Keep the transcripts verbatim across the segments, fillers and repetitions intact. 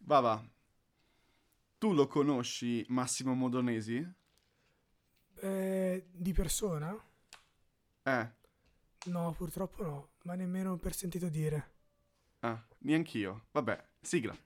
Va va. Tu lo conosci Massimo Modonesi? Eh, di persona? Eh, No, purtroppo no, ma nemmeno per sentito dire. ah, neanch'io. Vabbè, sigla.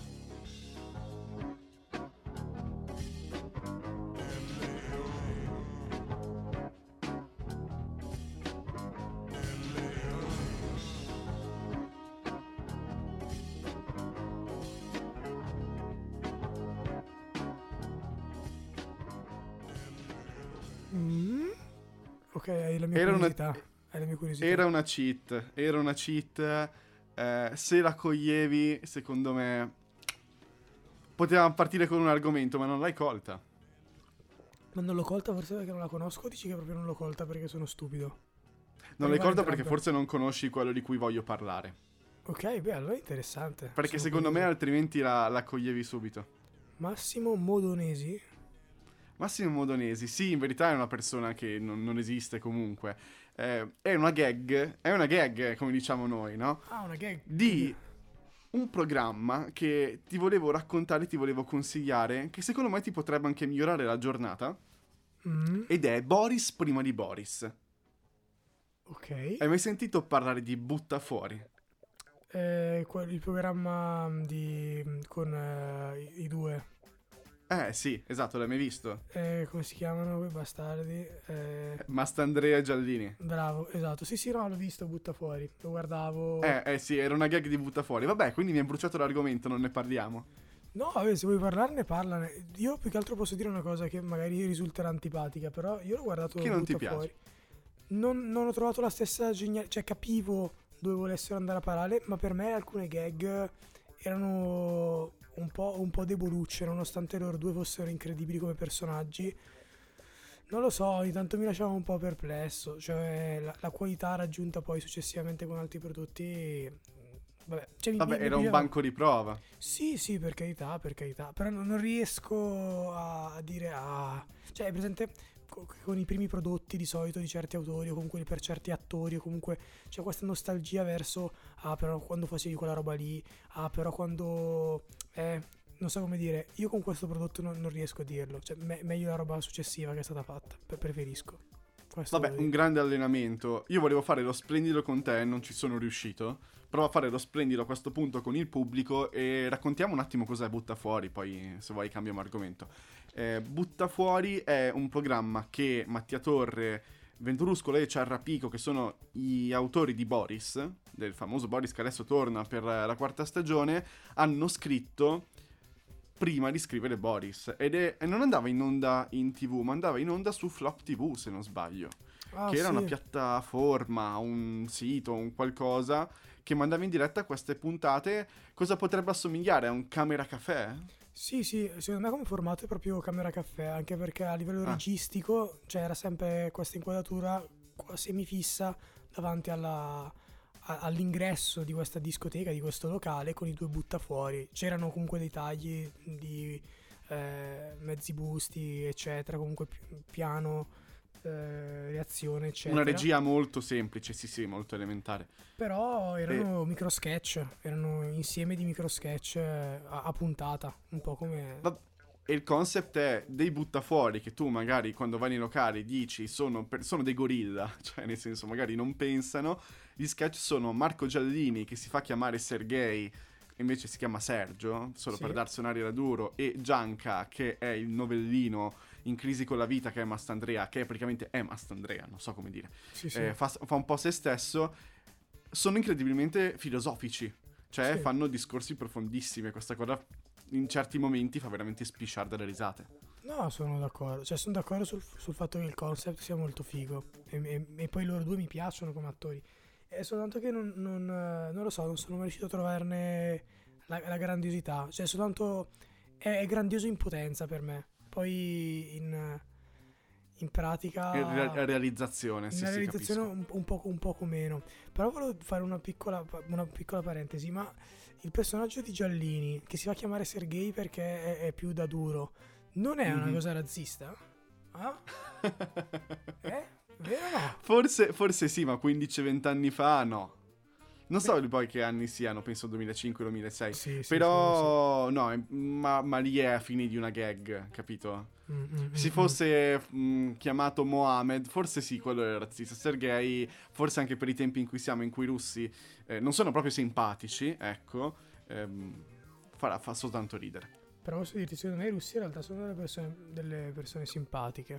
Mm? Ok, hai la mia Era una, curiosità. Hai la mia curiosità. era una cheat, era una cheat. eh, se la coglievi, secondo me, potevamo partire con un argomento, ma non l'hai colta. Ma non l'ho colta forse perché non la conosco? Dici che proprio non l'ho colta perché sono stupido. Non Perché l'hai vale colta perché entrambe. forse non conosci quello di cui voglio parlare. Ok, beh, allora è interessante. Perché Sono secondo me curioso. altrimenti la, la coglievi subito. Massimo Modonesi? Massimo Modonesi, sì, in verità è una persona che non, non esiste comunque. Eh, è una gag, è una gag, come diciamo noi, no? Ah, una gag. Di un programma che ti volevo raccontare, ti volevo consigliare, che secondo me ti potrebbe anche migliorare la giornata, Mm, ed è Boris prima di Boris. ok. Hai mai sentito parlare di Butta Fuori? Eh, quel- il programma di... con eh, i, i due. Eh sì, esatto, l'hai mai visto? Eh, come si chiamano quei bastardi? Eh, Mastandrea Giallini. bravo, esatto. Sì, sì, no, l'ho visto, butta fuori. Lo guardavo. Eh, eh sì, era una gag di Butta Fuori. Vabbè, quindi mi ha bruciato l'argomento, non ne parliamo. No, vabbè, se vuoi parlarne, parlane. Io più che altro posso dire una cosa che magari risulterà antipatica, però io l'ho guardato Che non ti butta piace? fuori. Non, non ho trovato la stessa genialità, cioè capivo dove volessero andare a parare, ma per me alcune gag erano un po', un po' debolucce, nonostante loro due fossero incredibili come personaggi. Non lo so, ogni tanto mi lasciava un po' perplesso, cioè la, la qualità raggiunta poi successivamente con altri prodotti, vabbè, cioè mi, mi, Vabbè, mi era un piaceva. banco di prova. Sì, sì, per carità, per carità, però non, non riesco a, a dire, ah, cioè è presente co- con i primi prodotti di solito di certi autori o comunque per certi attori o comunque c'è questa nostalgia verso, ah però quando facevi quella roba lì, ah però quando, eh, non so come dire, io con questo prodotto non, non riesco a dirlo, cioè me- meglio la roba successiva che è stata fatta, pre- preferisco, questo Vabbè, devo un dire. grande allenamento. Io volevo fare lo splendido con te, non ci sono riuscito. Provo a fare lo splendido a questo punto con il pubblico e raccontiamo un attimo cos'è Butta Fuori, poi se vuoi cambiamo argomento. Eh, Butta Fuori è un programma che Mattia Torre, Venturuscolo e Ciarrapico, che sono gli autori di Boris, del famoso Boris che adesso torna per la quarta stagione, hanno scritto prima di scrivere Boris. Ed è, e non andava in onda in tv, ma andava in onda su Flop T V, se non sbaglio. Ah Che era una sì, piattaforma, un sito, un qualcosa che mandava in diretta queste puntate. Cosa potrebbe assomigliare a un camera caffè? sì, sì, secondo me come formato è proprio Camera Caffè, anche perché a livello Ah, registico c'era sempre questa inquadratura qua- semifissa davanti alla- a- all'ingresso di questa discoteca, di questo locale con i due buttafuori. C'erano comunque dei tagli di eh, mezzi busti, eccetera, comunque pi- piano, eh, reazione, una eccetera. regia molto semplice, sì sì, molto elementare. Però E, erano micro sketch, erano insieme di micro sketch eh, a, a puntata, un po' come... va- e il concept è dei buttafuori che tu magari quando vai nei locali dici sono, per- sono dei gorilla, cioè nel senso magari non pensano. Gli sketch sono Marco Giallini che si fa chiamare Sergei, invece si chiama Sergio, solo per Sì, darsi un'aria da duro, e Gianca che è il novellino in crisi con la vita che è Mastandrea, che praticamente è Mastandrea, non so come dire. sì, sì. Eh, fa, fa un po' se stesso, sono incredibilmente filosofici, cioè Sì. fanno discorsi profondissimi e questa cosa in certi momenti fa veramente spisciare dalle risate. No, sono d'accordo. Cioè, sono d'accordo sul, sul fatto che il concept sia molto figo. E, e- e poi loro due mi piacciono come attori. È soltanto che non, non, eh, non lo so, non sono mai riuscito a trovarne la, la grandiosità. Cioè, soltanto è, è grandioso in potenza per me. Poi in, in In re- pratica, realizzazione, in sì sì, realizzazione capisco. un, un poco, un poco meno. Però volevo fare una piccola, una piccola parentesi. Ma il personaggio di Giallini, che si fa chiamare Sergei perché è, è più da duro, non è una Mhm. cosa razzista? Ah? Eh? Vero o no? forse, forse sì, ma quindici venti anni fa no. Non so poi che anni siano, penso duemilacinque duemilasei. Sì, sì, Però sì, sì. no, è- ma, ma lì è a fini di una gag, capito? Mm, mm, Se mm, fosse mh, chiamato Mohammed, forse sì, quello era razzista. Sergei, forse anche per i tempi in cui siamo, in cui i russi eh, non sono proprio simpatici, ecco, ehm, farà, fa soltanto ridere. Però posso dirti, secondo me i russi in realtà sono delle persone, delle persone simpatiche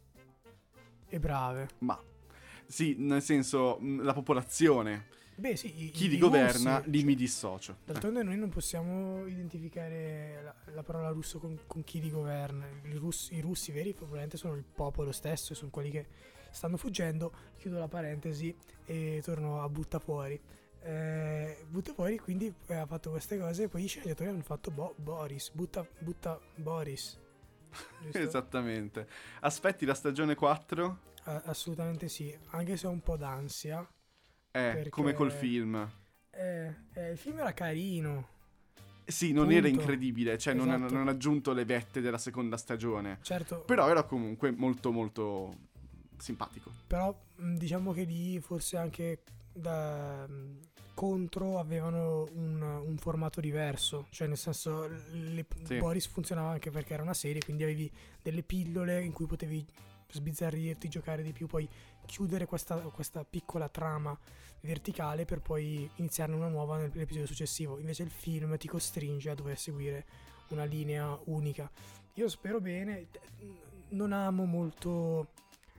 e brave. Ma sì, nel senso, mh, la popolazione, Beh sì, i, chi i li governa, russi, lì cioè, mi dissocio. Eh. d'altronde noi non possiamo identificare la, la parola russo con, con chi li governa. I russi, I russi veri probabilmente sono il popolo stesso e sono quelli che stanno fuggendo. Chiudo la parentesi e torno a Butta Fuori. Eh, Butta Fuori quindi eh, ha fatto queste cose e poi gli sceneggiatori hanno fatto Bo- Boris, butta, butta Boris. Giusto? Esattamente. Aspetti la stagione quattro? A- assolutamente sì, anche se ho un po' d'ansia. Eh, Perché come col film. eh, eh, il film era carino. Sì, non Punto. era incredibile, cioè non, ha, Esatto. non ha aggiunto le vette della seconda stagione. Certo, Però era comunque molto molto simpatico. però mh, diciamo che lì forse anche da mh, contro avevano un, un formato diverso, cioè nel senso le, Sì. Boris funzionava anche perché era una serie, quindi avevi delle pillole in cui potevi sbizzarrirti, giocare di più, poi chiudere questa, questa piccola trama verticale per poi iniziarne una nuova nell'episodio successivo. Invece il film ti costringe a dover seguire una linea unica. Io spero bene, non amo molto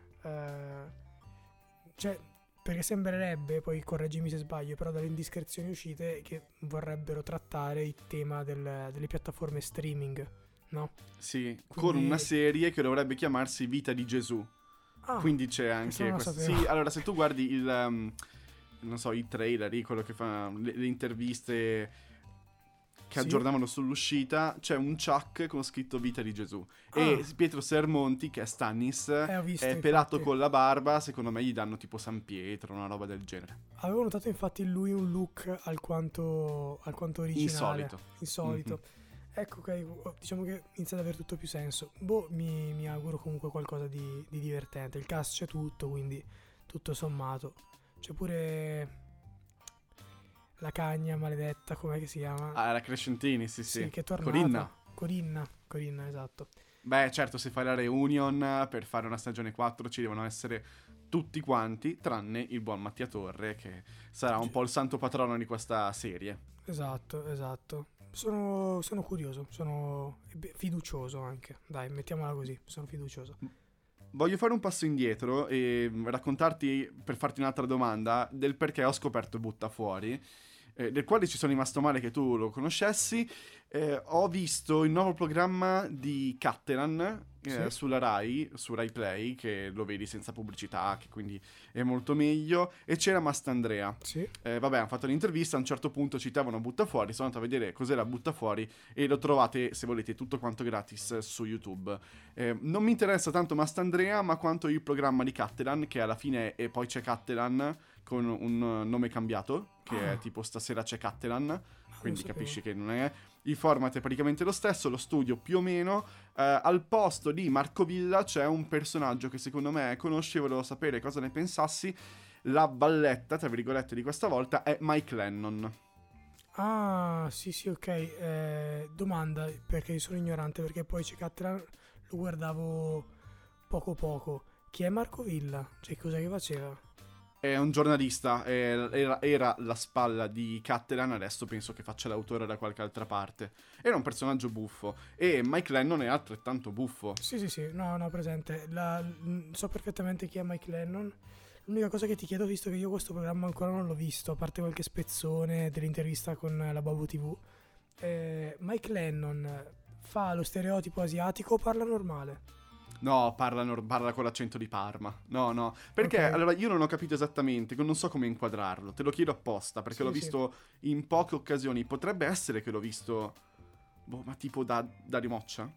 eh, cioè perché sembrerebbe, poi correggimi se sbaglio, però dalle indiscrezioni uscite che vorrebbero trattare il tema del, delle piattaforme streaming, no? Sì, con Quindi- una serie che dovrebbe chiamarsi Vita di Gesù. Ah, Quindi c'è questo anche non lo questo. sapevo. Sì, allora se tu guardi il um, non so, i trailer, i- quello che fa le, le interviste che Sì? aggiornavano sull'uscita, c'è un Chuck con scritto Vita di Gesù. Ah. E Pietro Sermonti, che è Stannis, Eh, ho visto, è pelato infatti. con la barba, secondo me gli danno tipo San Pietro, una roba del genere. Avevo notato infatti in lui un look alquanto, alquanto originale. Insolito. Insolito. Ecco che diciamo che inizia ad avere tutto più senso. Boh, mi, mi auguro comunque qualcosa di, di divertente. Il cast c'è tutto, quindi tutto sommato. C'è pure la cagna maledetta, com'è che si chiama? Ah, la Crescentini, sì, sì. Sì, che è tornata. Corinna. Corinna, Corinna, esatto. Beh, certo, se fai la reunion per fare una stagione quattro ci devono essere tutti quanti, tranne il buon Mattia Torre, che sarà un po' il santo patrono di questa serie. Esatto, esatto. Sono, sono curioso, sono beh, fiducioso anche. Dai, mettiamola così, sono fiducioso. Voglio fare un passo indietro e raccontarti, per farti un'altra domanda, del perché ho scoperto Butta Fuori, eh, del quale ci sono rimasto male che tu lo conoscessi. Eh, ho visto il nuovo programma di Cattelan eh, Sì. sulla Rai, su Rai Play, che lo vedi senza pubblicità, che quindi è molto meglio, e c'era Mastandrea. Sì. Eh, vabbè, hanno fatto l'intervista, a un certo punto citavano Butta Fuori, sono andato a vedere cos'era Butta Fuori e lo trovate, se volete, tutto quanto gratis su YouTube. Eh, non mi interessa tanto Mastandrea, ma quanto il programma di Cattelan, che alla fine e poi c'è Cattelan con un nome cambiato, che Ah. è tipo Stasera c'è Cattelan, quindi sapevo. capisci che non è... Il format è praticamente lo stesso, lo studio più o meno. Eh, al posto di Marco Villa c'è un personaggio che secondo me conosci, volevo sapere cosa ne pensassi. La balletta, tra virgolette, di questa volta è Mike Lennon. Ah, sì, sì, ok. Eh, domanda, perché io sono ignorante, perché poi c'è Cattelan, lo guardavo poco poco. Chi è Marco Villa? Cioè, cos'è che faceva? È un giornalista, è- era, era la spalla di Cattelan, adesso penso che faccia l'autore da qualche altra parte. Era un personaggio buffo e Mike Lennon è altrettanto buffo. Sì, sì, sì, no, no, presente. La- l- so perfettamente chi è Mike Lennon. L'unica cosa che ti chiedo, visto che io questo programma ancora non l'ho visto, a parte qualche spezzone dell'intervista con la Bobo ti vu, eh, Mike Lennon fa lo stereotipo asiatico o parla normale? No, parla, nor- parla con l'accento di Parma. No, no. Perché Ok. allora io non ho capito esattamente, non so come inquadrarlo. Te lo chiedo apposta, perché Sì, l'ho sì. visto in poche occasioni. Potrebbe essere che l'ho visto, boh, ma tipo da, da rimoccia?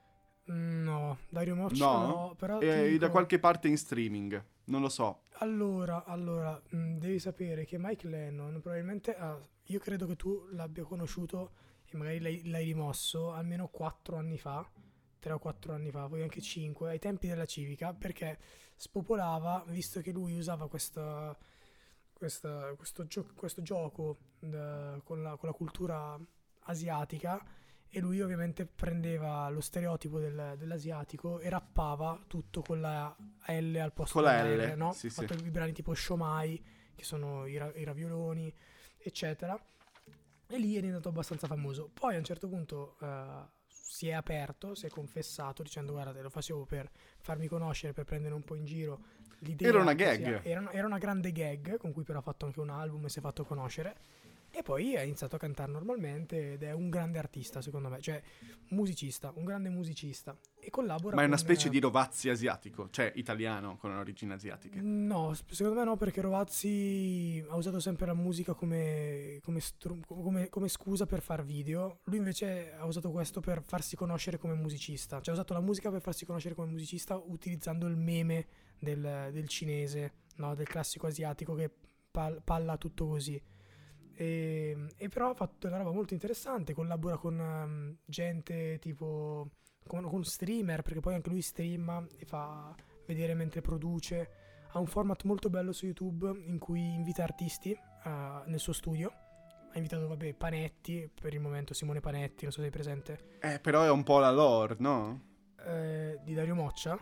Mm, No, Dario Moccia No? no, però ti E dico- da qualche parte in streaming. Non lo so. Allora, allora, mh, devi sapere che Mike Lennon probabilmente ha, io credo che tu l'abbia conosciuto e magari l'hai, l'hai rimosso almeno quattro anni fa, tre o quattro anni fa, poi anche cinque, ai tempi della Civica, perché spopolava, visto che lui usava questa, questa- questo, gio- questo gioco eh, con la, con la cultura asiatica, e lui ovviamente prendeva lo stereotipo del- dell'asiatico e rappava tutto con la L al posto Con la della R, L, no? Ha sì, sì. fatto i brani tipo Shomai, che sono i, ra- i ravioloni, eccetera. E lì è diventato abbastanza famoso. Poi a un certo punto eh, si è aperto, si è confessato dicendo: guarda, lo facevo per farmi conoscere, per prendere un po' in giro Era l'idea una che sia- gag. era, una, era una grande gag con cui però ha fatto anche un album e si è fatto conoscere. E poi ha iniziato a cantare normalmente ed è un grande artista, secondo me, cioè musicista, un grande musicista. E collabora Ma è una con... specie eh, di Rovazzi asiatico, cioè italiano con origini asiatiche. No, s- secondo me no, perché Rovazzi ha usato sempre la musica come, come, stru- come- come scusa per far video. Lui invece ha usato questo per farsi conoscere come musicista. Cioè ha usato la musica per farsi conoscere come musicista utilizzando il meme del, del cinese, no? Del classico asiatico che pal- palla tutto così. E, e però ha fatto una roba molto interessante, collabora con ehm, gente tipo... Con, con streamer, perché poi anche lui streama e fa vedere mentre produce. Ha un format molto bello su YouTube in cui invita artisti uh, nel suo studio. Ha invitato, vabbè, Panetti, per il momento Simone Panetti, non so se sei presente, Eh, però è un po' la lore, no? eh, di Dario Moccia.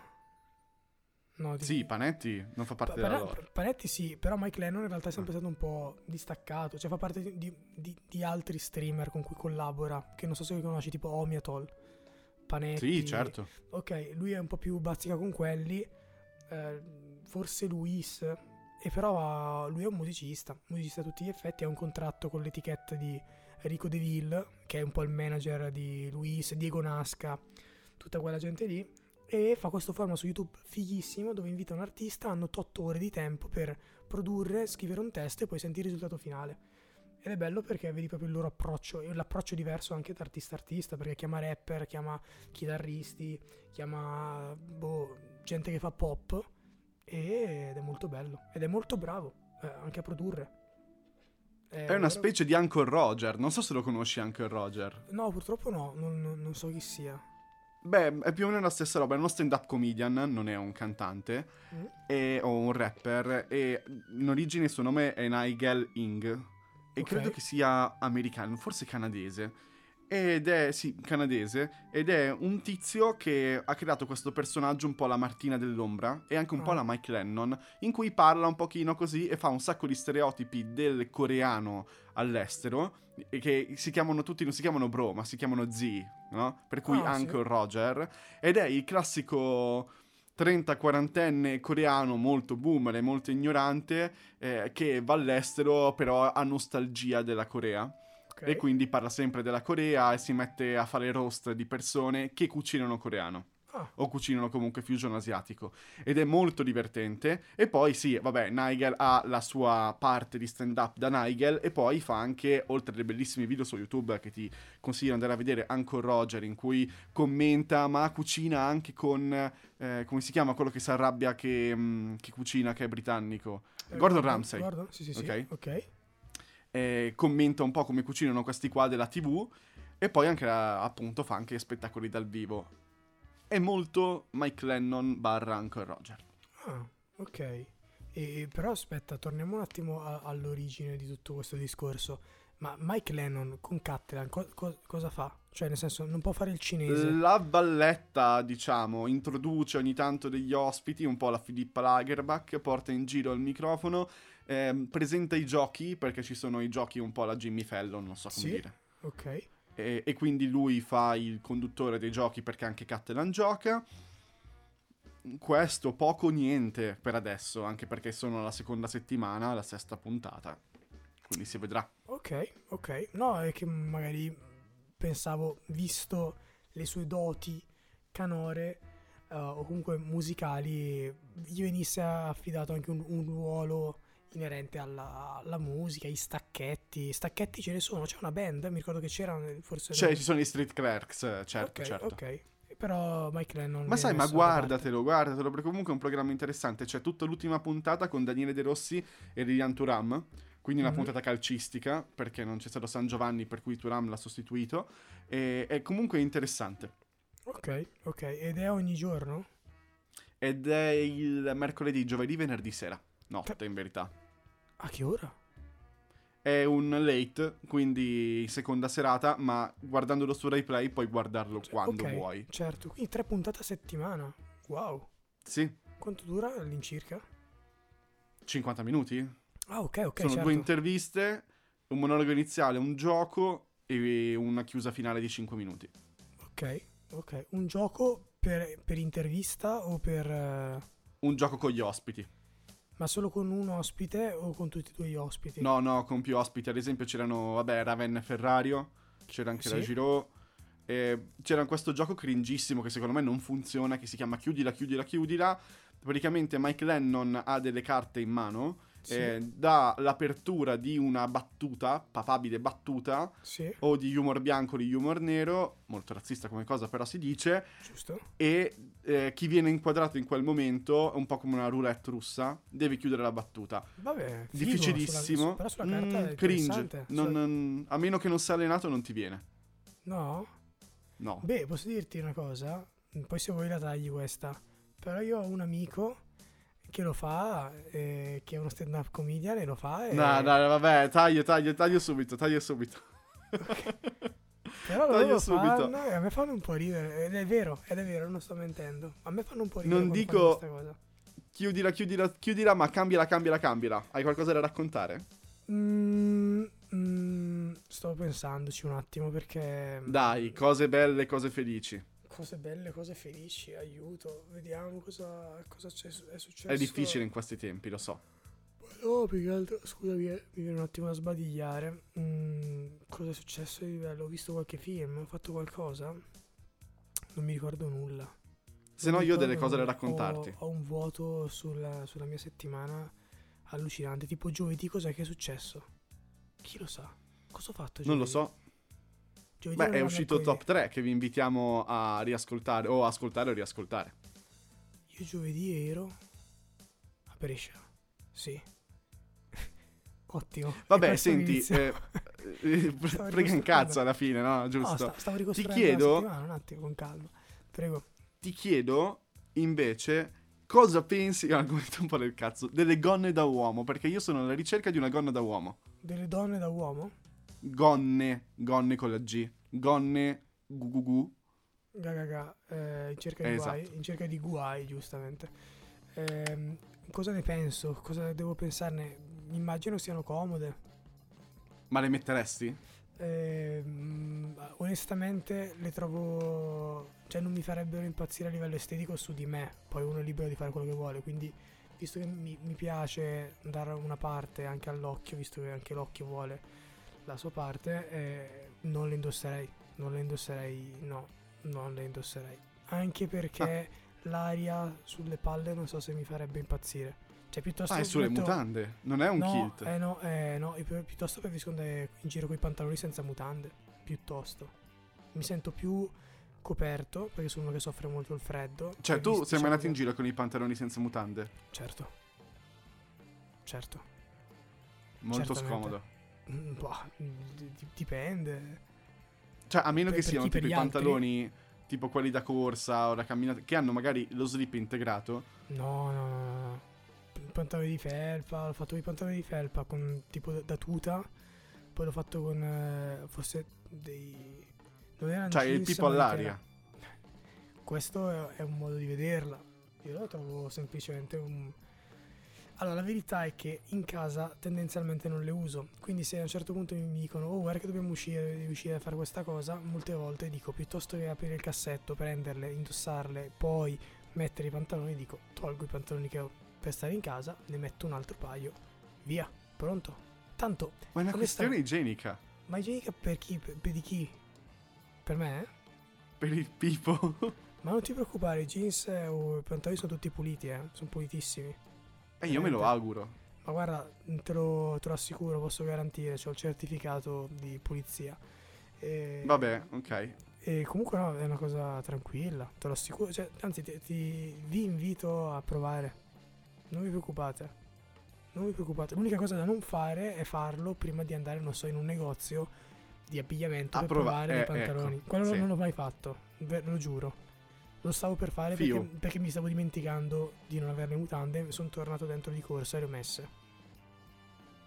No, di... Sì, Panetti non fa Pa- parte della Pane- lore. Panetti sì, però Mike Lennon in realtà è sempre Ah. stato un po' distaccato, cioè fa parte di, di- di- di altri streamer con cui collabora, che non so se li conosci, tipo Omiatol, Panetti. Sì, certo. Ok, lui è un po' più bazzica con quelli, eh, forse Luis, e però lui è un musicista, musicista a tutti gli effetti, ha un contratto con l'etichetta di Rico De Ville, che è un po' il manager di Luis, Diego Nasca, tutta quella gente lì, e fa questo format su YouTube fighissimo dove invita un artista, hanno otto ore di tempo per produrre, scrivere un testo e poi senti il risultato finale. Ed è bello perché vedi proprio il loro approccio, e l'approccio è diverso anche da artista a artista, perché chiama rapper, chiama chitarristi, chiama boh, gente che fa pop, ed è molto bello, ed è molto bravo eh, anche a produrre. È una vero- specie di Uncle Roger. Non so se lo conosci Uncle Roger. No, purtroppo no, non, non- non so chi sia. Beh, è più o meno la stessa roba. È uno stand-up comedian, non è un cantante Mm? e, o un rapper. E in origine il suo nome è Nigel Ing. E Ok. credo che sia americano, forse canadese. Ed è, sì, canadese. Ed è un tizio che ha creato questo personaggio un po' la Martina dell'ombra e anche un po' Ah. la Mike Lennon, in cui parla un pochino così e fa un sacco di stereotipi del coreano all'estero, e che si chiamano tutti, non si chiamano bro, ma si chiamano Z, no? Per cui Ah, sì. Uncle Roger. Ed è il classico trenta-quarantenne coreano molto boomer e molto ignorante eh, che va all'estero però ha nostalgia della Corea. Ok. E quindi parla sempre della Corea e si mette a fare roast di persone che cucinano coreano. Ah, O cucinano comunque fusion asiatico. Ed è molto divertente. E poi sì, vabbè, Nigel ha la sua parte di stand-up da Nigel. E poi fa anche, oltre alle bellissimi video su YouTube che ti consiglio di andare a vedere, Uncle Roger, in cui commenta, ma cucina anche con, eh, come si chiama quello che si arrabbia che, mh, che cucina, che è britannico? eh, Gordon Ramsay. Gordon? Sì, sì, sì. Ok. Ok. Eh, commenta un po' come cucinano questi qua della tivù. E poi anche, la- appunto, fa anche spettacoli dal vivo. È molto Mike Lennon barra Uncle Roger. Ah, ok. E, e però aspetta, torniamo un attimo a- all'origine di tutto questo discorso. Ma Mike Lennon con Catalan co- co- cosa fa? Cioè, nel senso, non può fare il cinese. La Valletta, diciamo, introduce ogni tanto degli ospiti, un po' la Filippa Lagerbach, porta in giro il microfono, ehm, presenta i giochi, perché ci sono i giochi un po' alla Jimmy Fallon, non so come Sì. dire. Ok. E, e quindi lui fa il conduttore dei giochi perché anche Catalan gioca. Questo poco o niente per adesso, anche perché sono la seconda settimana, la sesta puntata. Quindi si vedrà. Ok, ok. No, è che magari pensavo, visto le sue doti canore eh, o comunque musicali, gli venisse affidato anche un, un ruolo inerente alla, alla musica, i stacchetti. Stacchetti ce ne sono, c'è una band, mi ricordo che c'era forse... Cioè, ci sono i Street Clerks, eh, certo, ok, certo. ok. Però Mike Lennon... Ma viene sai, ma messo da parte. guardatelo, guardatelo, perché comunque è un programma interessante. C'è tutta l'ultima puntata con Daniele De Rossi e Lilian Thuram, quindi una Mhm. puntata calcistica, perché non c'è stato San Giovanni, per cui Thuram l'ha sostituito. E è comunque interessante. Ok, ok. Ed è ogni giorno? Ed è il mercoledì, giovedì, venerdì sera. Notte, in verità. A che ora? È un late, quindi seconda serata, ma guardandolo su Rai Play puoi guardarlo Cioè, quando ok, vuoi. certo, quindi tre puntate a settimana. Wow. Sì, Quanto dura all'incirca? cinquanta minuti. Ah, ok, ok, Sono certo. due interviste, un monologo iniziale, un gioco e una chiusa finale di cinque minuti. Ok, ok. Un gioco per, per intervista o per... eh, Un gioco con gli ospiti. ma solo con un ospite o con tutti e due gli ospiti? No, no, con più ospiti. Ad esempio c'erano, vabbè, Raven e Ferrario, c'era anche Sì. la Giro. E c'era questo gioco cringissimo che secondo me non funziona, che si chiama Chiudila, chiudila, chiudila. Praticamente Mike Lennon ha delle carte in mano, Sì. eh, dà l'apertura di una battuta, papabile battuta, Sì, o di humor bianco o di humor nero, molto razzista come cosa però si dice, giusto. e eh, chi viene inquadrato in quel momento, un po' come una roulette russa, deve chiudere la battuta. Vabbè, figo, Difficilissimo, sulla- però sulla carta Mm, è cringe, interessante. non- Sulla- non- a meno che non sia allenato non ti viene. No? No. Beh, posso dirti una cosa? Poi se vuoi la tagli questa. Però io ho un amico che lo fa, eh, che è uno stand-up comedian e lo fa e... No, dai, vabbè, taglio, taglio, taglio subito, taglio subito. Però loro taglio lo subito. fanno e a me fanno un po' ridere. Ed è vero, ed è vero, non sto mentendo. A me fanno un po' ridere Non quando dico- fanno questa cosa. Chiudila, chiudila, chiudila, ma cambiala, cambiala, cambiala. Hai qualcosa da raccontare? Mm, mm, sto pensandoci un attimo perché... Dai, cose belle, cose felici. Cose belle, cose felici, aiuto. Vediamo cosa, cosa c'è, è successo. È difficile in questi tempi, lo so. No, più che altro, scusami, eh, mi viene un attimo da sbadigliare. Mm, cosa è successo di bello? Ho visto qualche film, ho fatto qualcosa? Non mi ricordo nulla. Se Non no mi io ho delle ricordo cose da nulla. raccontarti. Ho, ho un vuoto sulla, sulla mia settimana allucinante. Tipo giovedì cos'è che è successo? Chi lo sa? Cosa ho fatto giovedì? Non lo so. Giovedì Beh, non è era uscito il mercoledì. top tre che vi invitiamo a riascoltare, o ascoltare o riascoltare. Io giovedì ero a Brescia. Sì. Ottimo. E Vabbè, questo è senti, l'inizio. eh, eh, Stavo frega un ricostruendo. cazzo alla fine, no? No, Giusto. sta- stavo Ti ricostruendo chiedo, la settimana, un attimo, con calma. Prego. ti chiedo, invece, cosa pensi, argomento un po' del cazzo, delle gonne da uomo, perché io sono alla ricerca di una gonna da uomo. Delle donne da uomo? Gonne, gonne con la G, gonne, gu gu gu. Gaga, eh, in cerca di Esatto. guai, in cerca di guai, giustamente. Ehm, cosa ne penso? Cosa devo pensarne? Immagino siano comode. Ma le metteresti? Ehm, onestamente le trovo, cioè non mi farebbero impazzire a livello estetico su di me. Poi uno è libero di fare quello che vuole, quindi visto che mi, mi piace dare una parte anche all'occhio, visto che anche l'occhio vuole la sua parte, eh, non le indosserei. Non le indosserei, no, non le indosserei. Anche perché l'aria sulle palle non so se mi farebbe impazzire. Cioè piuttosto Ah, è sulle metto- mutande, non è un no, kilt. eh no, eh no, io pi- piuttosto preferisco andare in giro con i pantaloni senza mutande, piuttosto. Mi sento più coperto, perché sono uno che soffre molto il freddo. Cioè, e tu vis- sei mai diciamo andato in che- giro con i pantaloni senza mutande? Certo. Certo. Molto Certamente. scomodo. Mm, boh, di- di- dipende. Cioè, a meno Per- che per siano chi, per tipo i gli altri? pantaloni, tipo quelli da corsa o da camminata, che hanno magari lo slip integrato. No, no, no, no, no. I pantaloni di felpa, ho fatto i pantaloni di felpa con tipo da, da tuta, poi l'ho fatto con eh, forse dei... Non erano Cioè, il jeans, pipo ma all'aria. era- Questo è, è un modo di vederla. Io lo trovo semplicemente un... Allora, la verità è che in casa tendenzialmente non le uso, quindi se a un certo punto mi dicono oh guarda che dobbiamo uscire, devi uscire a fare questa cosa, molte volte dico piuttosto che aprire il cassetto, prenderle, indossarle, poi mettere i pantaloni, dico tolgo i pantaloni che ho per stare in casa, ne metto un altro paio, via, pronto. Tanto, Ma è una onesta- questione igienica. ma igienica per chi? Per, per di chi? Per me? Per il pipo. Ma non ti preoccupare, i jeans eh, o i pantaloni sono tutti puliti, eh, sono pulitissimi. E io me lo Veramente. auguro. Ma guarda, te lo, te lo assicuro, posso garantire, c'ho il certificato di pulizia. E, Vabbè, ok. E comunque no, è una cosa tranquilla, te lo assicuro. Cioè, anzi, ti, ti- vi invito a provare. Non vi preoccupate. Non vi preoccupate. L'unica cosa da non fare è farlo prima di andare, non so, in un negozio di abbigliamento A per prova- provare eh, dei pantaloni. ecco, Quello sì. non l'ho mai fatto, ve lo giuro. Lo stavo per fare Fio. perché, perché mi stavo dimenticando di non avere le mutande. Sono tornato dentro di corsa e le ho messe.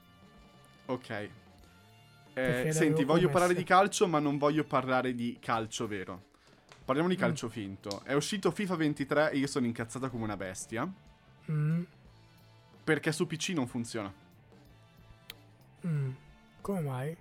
Ok. Eh, Perché senti, l'avevo voglio promesse. parlare di calcio, ma non voglio parlare di calcio vero. Parliamo di Mm. calcio finto. È uscito FIFA ventitré e io sono incazzata come una bestia. Mm. Perché su P C non funziona. Mm. Come mai?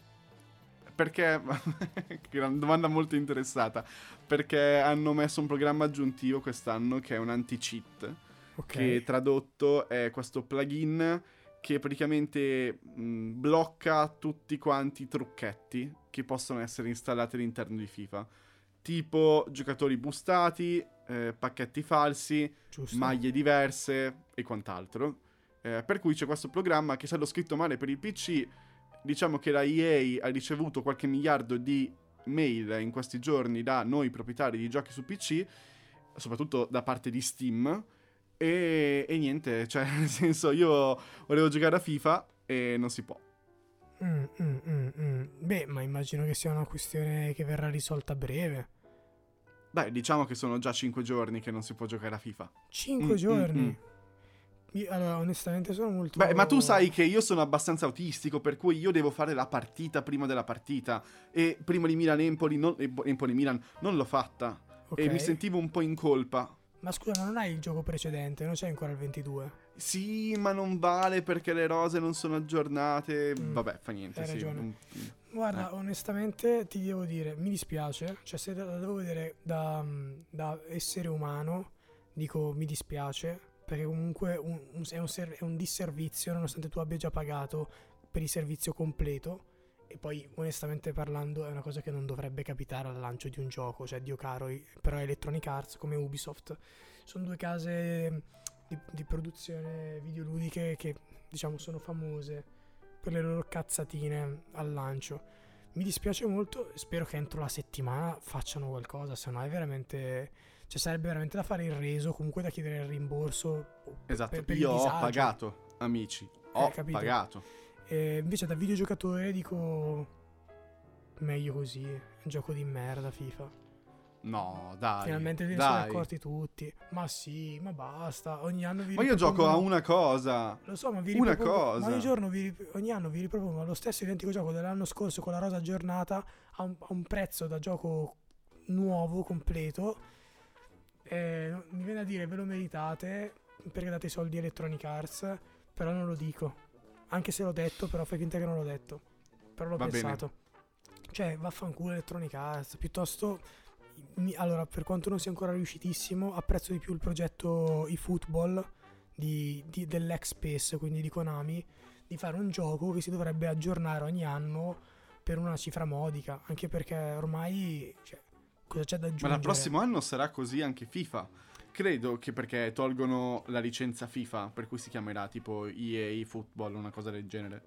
Perché, gran domanda molto interessata, perché hanno messo un programma aggiuntivo quest'anno che è un anti-cheat, Ok. che tradotto è questo plugin che praticamente mh, blocca tutti quanti i trucchetti che possono essere installati all'interno di FIFA, tipo giocatori boostati, eh, pacchetti falsi, Giusto. maglie diverse e quant'altro. Eh, per cui c'è questo programma che, se l'ho scritto male per il P C, diciamo che la E A ha ricevuto qualche miliardo di mail in questi giorni da noi proprietari di giochi su P C, soprattutto da parte di Steam, e, e niente, cioè nel senso, io volevo giocare a FIFA e non si può. Mm, mm, mm, mm. Beh, ma immagino che sia una questione che verrà risolta a breve. Beh, diciamo che sono già cinque giorni che non si può giocare a FIFA. Cinque Mm, giorni. mm, mm. Io, allora, onestamente sono molto... Beh, ma tu sai che io sono abbastanza autistico, per cui io devo fare la partita prima della partita. E prima di Milan-Empoli, non, Empoli-Milan, non l'ho fatta. Ok. E mi sentivo un po' in colpa. Ma scusa, ma non hai il gioco precedente? Non c'è ancora il ventidue? Sì, ma non vale perché le rose non sono aggiornate. Mm, Vabbè, fa niente. hai Sì. ragione. Mm, Guarda, eh. onestamente ti devo dire, mi dispiace. Cioè, se la devo vedere da, da essere umano, dico mi dispiace. Perché comunque un- un- è, un ser- è un disservizio, nonostante tu abbia già pagato per il servizio completo. E poi, onestamente parlando, è una cosa che non dovrebbe capitare al lancio di un gioco. Cioè, Dio caro, i- però Electronic Arts come Ubisoft sono due case di, di produzione videoludiche che, diciamo, sono famose per le loro cazzatine al lancio. Mi dispiace molto, spero che entro la settimana facciano qualcosa, se no è veramente... Cioè, sarebbe veramente da fare il reso, comunque da chiedere il rimborso. Esatto, per, per il io ho disagio. pagato, amici. Ho capito. pagato. E invece da videogiocatore dico meglio così, è un gioco di merda FIFA. No, dai. Finalmente ne dai. sono accorti tutti. Ma sì, ma basta, ogni anno vi Ma io gioco a ripropongono- una cosa. Lo so, ma vi Una ripropongo- cosa. ma ogni giorno vi rip- ogni anno vi ripropongo lo stesso identico gioco dell'anno scorso con la rosa aggiornata a un, a un prezzo da gioco nuovo, completo. Eh, mi viene a dire ve lo meritate perché date i soldi a Electronic Arts, però non lo dico. Anche se l'ho detto, però fai finta che non l'ho detto. Però l'ho Va bene. pensato. Cioè, vaffanculo Electronic Arts. Piuttosto, mi- allora, per quanto non sia ancora riuscitissimo, apprezzo di più il progetto eFootball di, di, dell'ex PES, quindi di Konami, di fare un gioco che si dovrebbe aggiornare ogni anno per una cifra modica. Anche perché ormai, cioè, cosa c'è da Ma aggiungere? dal prossimo anno sarà così anche FIFA. Credo che perché tolgono la licenza FIFA, per cui si chiamerà tipo E A Football, una cosa del genere.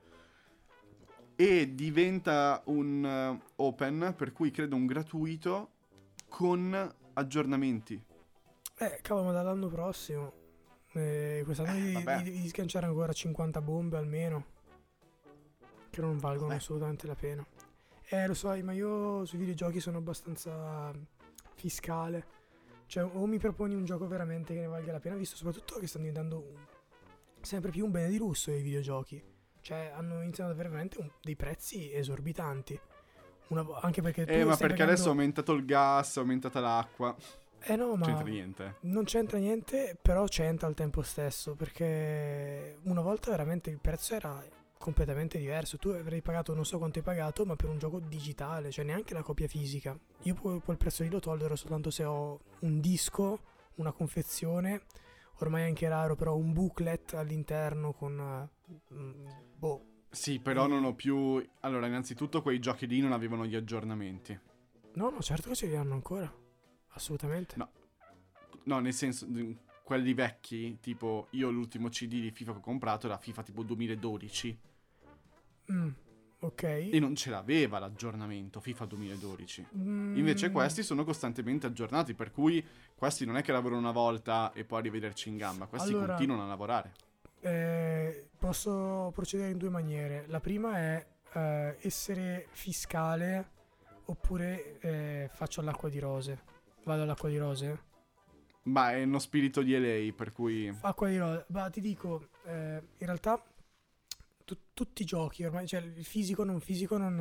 E diventa un uh, open, per cui credo un gratuito con aggiornamenti. Eh, cavolo, ma dall'anno prossimo. Eh, quest'anno Eh, devi, vabbè. devi- devi sganciare ancora cinquanta bombe almeno. Che non valgono Vabbè. assolutamente la pena. Eh, lo sai, ma io sui videogiochi sono abbastanza fiscale. Cioè, o mi proponi un gioco veramente che ne valga la pena, visto soprattutto che stanno diventando un- sempre più un bene di lusso i videogiochi. Cioè, hanno iniziato ad avere veramente un- dei prezzi esorbitanti. Una vo- anche perché tu Eh, ma stai perché pagando- adesso è aumentato il gas, è aumentata l'acqua. Eh no, ma... C'entra niente. Non c'entra niente, però c'entra al tempo stesso, perché una volta veramente il prezzo era completamente diverso. Tu avrei pagato, non so quanto hai pagato, ma per un gioco digitale, cioè neanche la copia fisica. Io pu- quel prezzo lì lo tollero soltanto se ho un disco, una confezione, ormai è anche raro, però un booklet all'interno con... eh, mm, boh. Sì, però non ho più... Allora, innanzitutto quei giochi lì non avevano gli aggiornamenti. No, no, certo che ce li hanno ancora. Assolutamente. No. No, nel senso, mh, quelli vecchi, tipo io l'ultimo C D di FIFA che ho comprato era FIFA tipo duemiladodici Mm, ok. e non ce l'aveva l'aggiornamento FIFA duemiladodici. Mm, Invece questi sono costantemente aggiornati, per cui questi non è che lavorano una volta e poi arrivederci in gamba, questi Allora- continuano a lavorare. Eh, posso procedere in due maniere. La prima è eh, essere fiscale oppure eh, faccio all'acqua di rose. Vado all'acqua di rose? Ma è uno spirito di L A, per cui... Acqua di rose. Ma ti dico, eh, in realtà tu- tutti i giochi ormai, cioè il fisico non fisico non,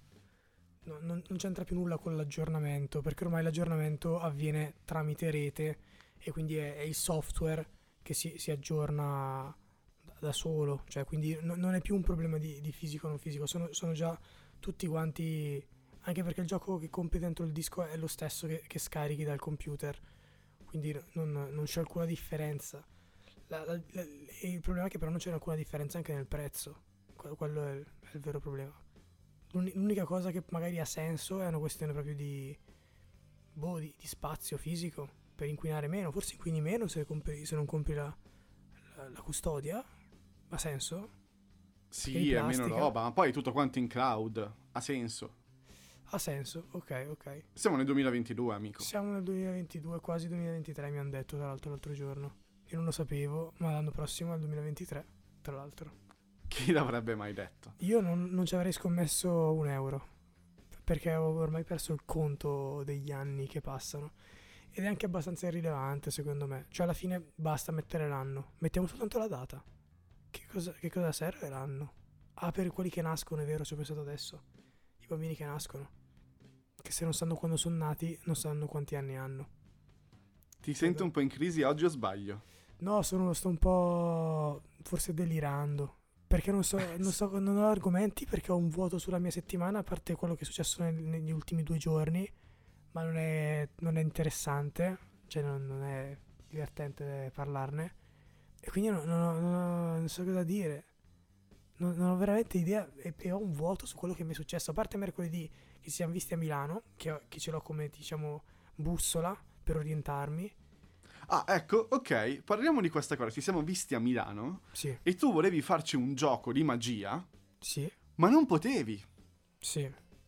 no- non, non c'entra più nulla con l'aggiornamento, perché ormai l'aggiornamento avviene tramite rete e quindi è, è il software che si, si aggiorna da, da solo, cioè quindi no- non è più un problema di, di fisico o non fisico, sono, sono già tutti quanti, anche perché il gioco che compri dentro il disco è lo stesso che, che scarichi dal computer, quindi non, non c'è alcuna differenza. La- la- la- il problema è che però non c'è alcuna differenza anche nel prezzo. Que- quello è il, è il vero problema. L'uni- l'unica cosa che magari ha senso è una questione proprio di, boh, di, di spazio fisico per inquinare meno. Forse inquini meno se, compri- se non compri la, la- la custodia. Ha senso? Perché di Sì, è meno plastica. roba, ma poi è tutto quanto in cloud. Ha senso. Ha senso, ok, ok. Siamo nel duemilaventidue, amico. Siamo nel duemilaventidue, quasi duemilaventitré mi hanno detto tra l'altro l'altro giorno. Io non lo sapevo, ma l'anno prossimo è il duemilaventitré, tra l'altro. Chi l'avrebbe mai detto? Io non, non ci avrei scommesso un euro, perché ho ormai perso il conto degli anni che passano. Ed è anche abbastanza irrilevante secondo me. Cioè alla fine basta mettere l'anno. Mettiamo soltanto la data. Che cosa, che cosa serve l'anno? Ah, per quelli che nascono, è vero, ci ho pensato adesso. I bambini che nascono. Che se non sanno quando sono nati, non sanno quanti anni hanno. Ti sento un po' in crisi oggi o sbaglio? No, sono, sto un po' forse delirando. Perché non so, non so, non ho argomenti perché ho un vuoto sulla mia settimana, a parte quello che è successo nel- negli ultimi due giorni, ma non è, non è interessante, cioè non, non è divertente parlarne. E quindi non, non ho- non ho- non so cosa dire. Non, non ho veramente idea e, e ho un vuoto su quello che mi è successo. A parte mercoledì che ci siamo visti a Milano, che, ho- che ce l'ho come diciamo bussola per orientarmi. Ah, ecco, ok, parliamo di questa cosa. Ci siamo visti a Milano Sì, e tu volevi farci un gioco di magia, sì, ma non potevi. sì.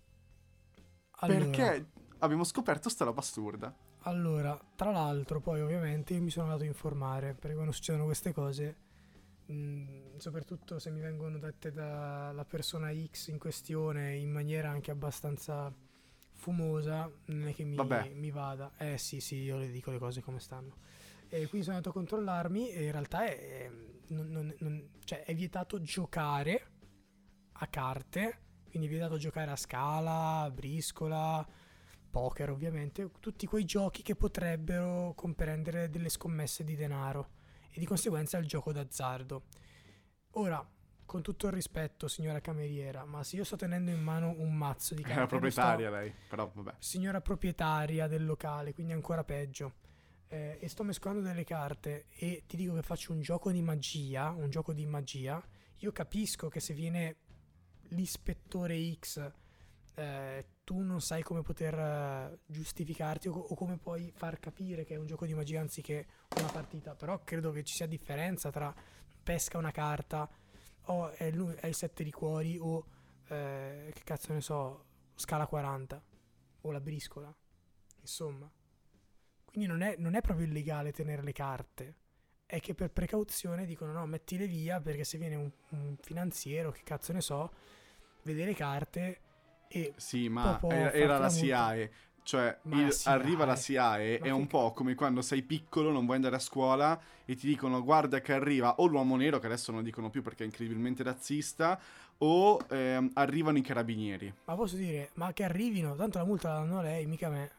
Allora, Perché abbiamo scoperto sta roba assurda. allora, tra l'altro, poi ovviamente io mi sono andato a informare perché quando succedono queste cose, mh, soprattutto se mi vengono dette dalla persona X in questione in maniera anche abbastanza fumosa, non è che mi, Vabbè. mi vada. Eh sì, sì, io le dico le cose come stanno. E quindi sono andato a controllarmi e in realtà è, non- non- non- cioè, è vietato giocare a carte, quindi è vietato giocare a scala, a briscola, poker ovviamente, tutti quei giochi che potrebbero comprendere delle scommesse di denaro e di conseguenza il gioco d'azzardo. Ora, con tutto il rispetto, signora cameriera, ma se io sto tenendo in mano un mazzo di È carte, la non sto- proprietaria lei, però vabbè. signora proprietaria del locale, quindi ancora peggio, eh, e sto mescolando delle carte e ti dico che faccio un gioco di magia, un gioco di magia, io capisco che se viene l'ispettore X, eh, tu non sai come poter eh, giustificarti o, o come puoi far capire che è un gioco di magia anziché una partita, però credo che ci sia differenza tra pesca una carta o è, il- è il sette di cuori o eh, che cazzo ne so, scala quaranta o la briscola, insomma. Quindi non è, non è proprio illegale tenere le carte, è che per precauzione dicono no, mettile via perché se viene un, un finanziero, che cazzo ne so, vede le carte e Sì, può, ma può era, farti era la multa. SIAE. Cioè, Ma il- la SIAE? arriva la SIAE, Ma è un che- po' come quando sei piccolo, non vuoi andare a scuola e ti dicono guarda che arriva o l'uomo nero, che adesso non dicono più perché è incredibilmente razzista, o ehm, arrivano i carabinieri. Ma posso dire, ma che arrivino, tanto la multa la danno a lei, mica a me.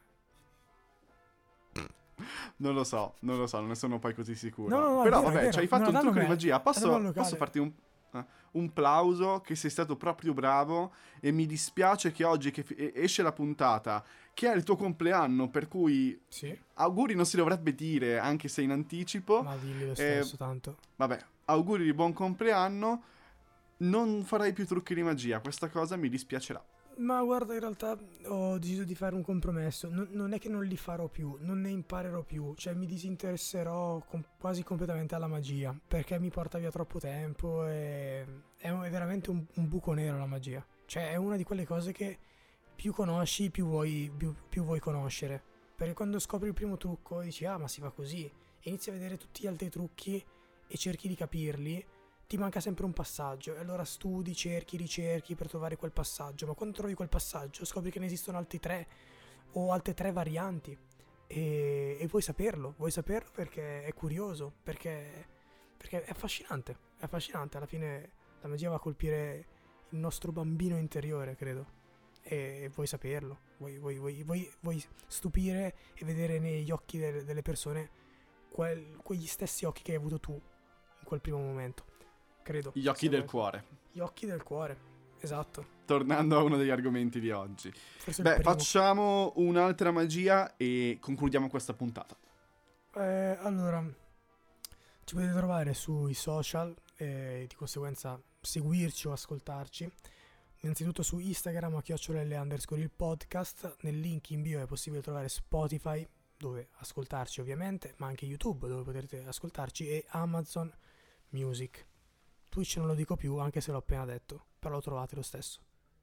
Non lo so, non lo so, non ne sono poi così sicuro. No, no, no, è Però vero, è vabbè, vero, ci hai non fatto la un danno trucco a di me, magia. la danno al Posso, locale. posso farti un, eh, un plauso che sei stato proprio bravo e mi dispiace che oggi che fi- esce la puntata, che è il tuo compleanno, per cui Sì, auguri non si dovrebbe dire, anche se in anticipo. ma dilli lo Eh, stesso tanto. Vabbè, auguri di buon compleanno. Non farai più trucchi di magia, questa cosa mi dispiacerà. Ma guarda, in realtà ho deciso di fare un compromesso. Non, non è che non li farò più, non ne imparerò più. Cioè, mi disinteresserò com- quasi completamente alla magia. Perché mi porta via troppo tempo e è, un- è veramente un, un buco nero la magia. Cioè, è una di quelle cose che più conosci, più vuoi, più, più vuoi conoscere. Perché quando scopri il primo trucco dici, ah, ma si fa così. E inizi a vedere tutti gli altri trucchi e cerchi di capirli. Ti manca sempre un passaggio e allora studi, cerchi, ricerchi per trovare quel passaggio, ma quando trovi quel passaggio scopri che ne esistono altri tre o altre tre varianti e, e vuoi saperlo, vuoi saperlo perché è curioso, perché, perché è affascinante, è affascinante, alla fine La magia va a colpire il nostro bambino interiore, credo. E vuoi saperlo, vuoi, vuoi, vuoi, vuoi, vuoi stupire e vedere negli occhi del- delle persone quel- quegli stessi occhi che hai avuto tu in quel primo momento, credo. Gli occhi sia del quello. cuore. Gli occhi del cuore, esatto. Tornando a uno degli argomenti di oggi. Forse il Beh, primo. facciamo un'altra magia e concludiamo questa puntata. Eh, allora, ci potete trovare sui social e di conseguenza seguirci o ascoltarci. Innanzitutto su Instagram a chiocciolelle underscore il podcast. Nel link in bio è possibile trovare Spotify, dove ascoltarci ovviamente, ma anche YouTube dove potrete ascoltarci, e Amazon Music. Twitch non lo dico più, anche se l'ho appena detto, però lo trovate lo stesso.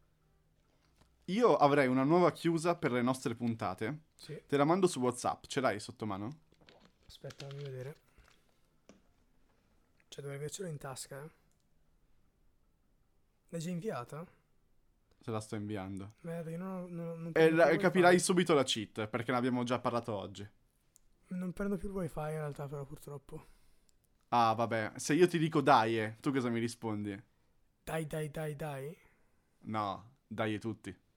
Io avrei una nuova chiusa per le nostre puntate. Sì. Te la mando su WhatsApp, ce l'hai sotto mano? Aspetta, fammi vedere. Cioè dovrei avercelo in tasca, eh. L'hai già inviata? Se la sto inviando. Merda, io non, non, non E prendo la- più il capirai wifi. subito la cheat, perché ne abbiamo già parlato oggi. Non prendo più il wifi in realtà, però purtroppo. Ah, vabbè. Se io ti dico dai, eh, tu cosa mi rispondi? Dai, dai, dai, dai. No, dai tutti.